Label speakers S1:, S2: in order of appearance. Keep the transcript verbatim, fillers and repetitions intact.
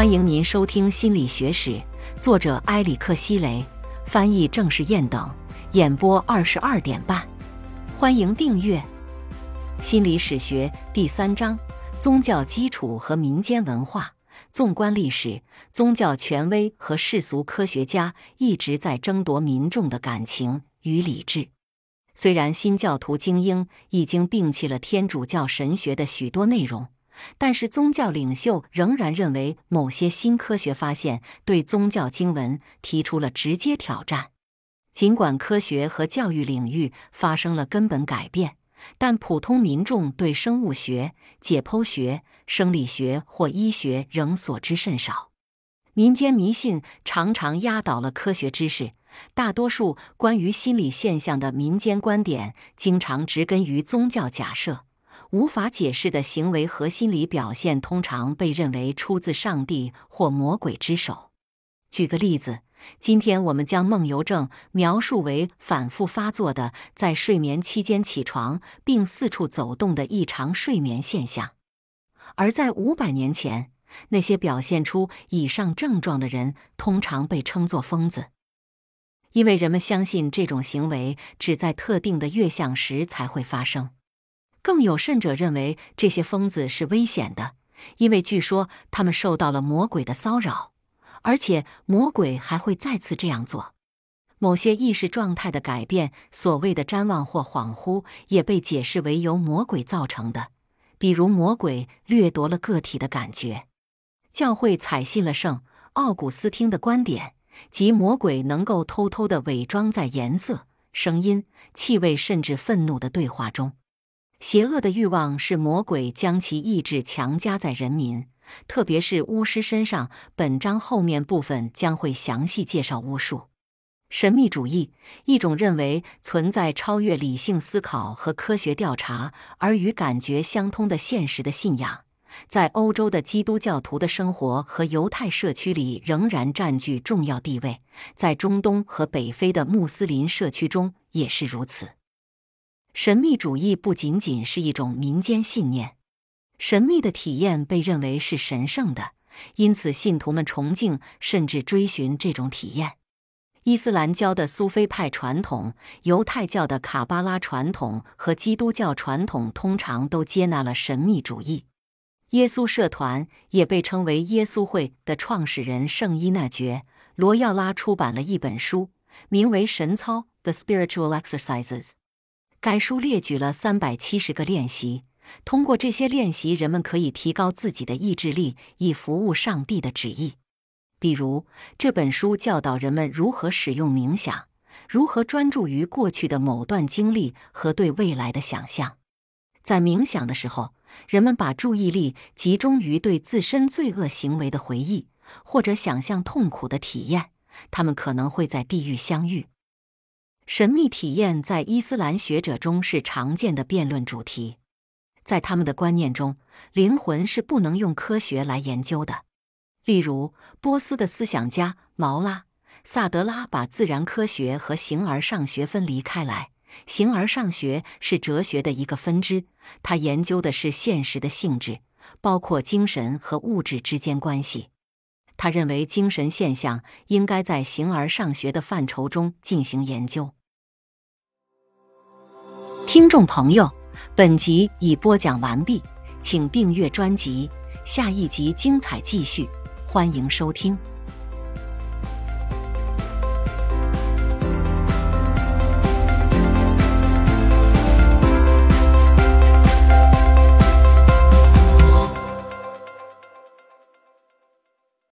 S1: 欢迎您收听心理学史，作者埃里克希雷，翻译郑世燕等，演播二十二点半。欢迎订阅。心理史学第三章：宗教基础和民间文化。纵观历史，宗教权威和世俗科学家一直在争夺民众的感情与理智。虽然新教徒精英已经摒弃了天主教神学的许多内容，但是宗教领袖仍然认为某些新科学发现对宗教经文提出了直接挑战。尽管科学和教育领域发生了根本改变，但普通民众对生物学、解剖学、生理学或医学仍所知甚少。民间迷信常常压倒了科学知识，大多数关于心理现象的民间观点经常植根于宗教假设。无法解释的行为和心理表现通常被认为出自上帝或魔鬼之手。举个例子，今天我们将梦游症描述为反复发作的在睡眠期间起床并四处走动的异常睡眠现象。而在五百年前，那些表现出以上症状的人通常被称作疯子，因为人们相信这种行为只在特定的月相时才会发生。更有甚者认为这些疯子是危险的，因为据说他们受到了魔鬼的骚扰，而且魔鬼还会再次这样做。某些意识状态的改变，所谓的谵妄或恍惚，也被解释为由魔鬼造成的，比如魔鬼掠夺了个体的感觉。教会采信了圣奥古斯汀的观点，即魔鬼能够偷偷地伪装在颜色、声音、气味甚至愤怒的对话中。邪恶的欲望是魔鬼将其意志强加在人民，特别是巫师身上。本章后面部分将会详细介绍巫术。神秘主义，一种认为存在超越理性思考和科学调查而与感觉相通的现实的信仰，在欧洲的基督教徒的生活和犹太社区里仍然占据重要地位，在中东和北非的穆斯林社区中也是如此。神秘主义不仅仅是一种民间信念，神秘的体验被认为是神圣的，因此信徒们崇敬甚至追寻这种体验。伊斯兰教的苏菲派传统、犹太教的卡巴拉传统和基督教传统通常都接纳了神秘主义。耶稣社团也被称为耶稣会的创始人圣伊纳爵·罗耀拉出版了一本书，名为《神操 The Spiritual Exercises》。该书列举了三百七十个练习，通过这些练习，人们可以提高自己的意志力，以服务上帝的旨意。比如，这本书教导人们如何使用冥想，如何专注于过去的某段经历和对未来的想象。在冥想的时候，人们把注意力集中于对自身罪恶行为的回忆，或者想象痛苦的体验，他们可能会在地狱相遇。神秘体验在伊斯兰学者中是常见的辩论主题。在他们的观念中，灵魂是不能用科学来研究的。例如，波斯的思想家毛拉·萨德拉把自然科学和形而上学分离开来。形而上学是哲学的一个分支，它研究的是现实的性质，包括精神和物质之间关系。他认为精神现象应该在形而上学的范畴中进行研究。听众朋友，本集已播讲完毕，请订阅专辑，下一集精彩继续，欢迎收听。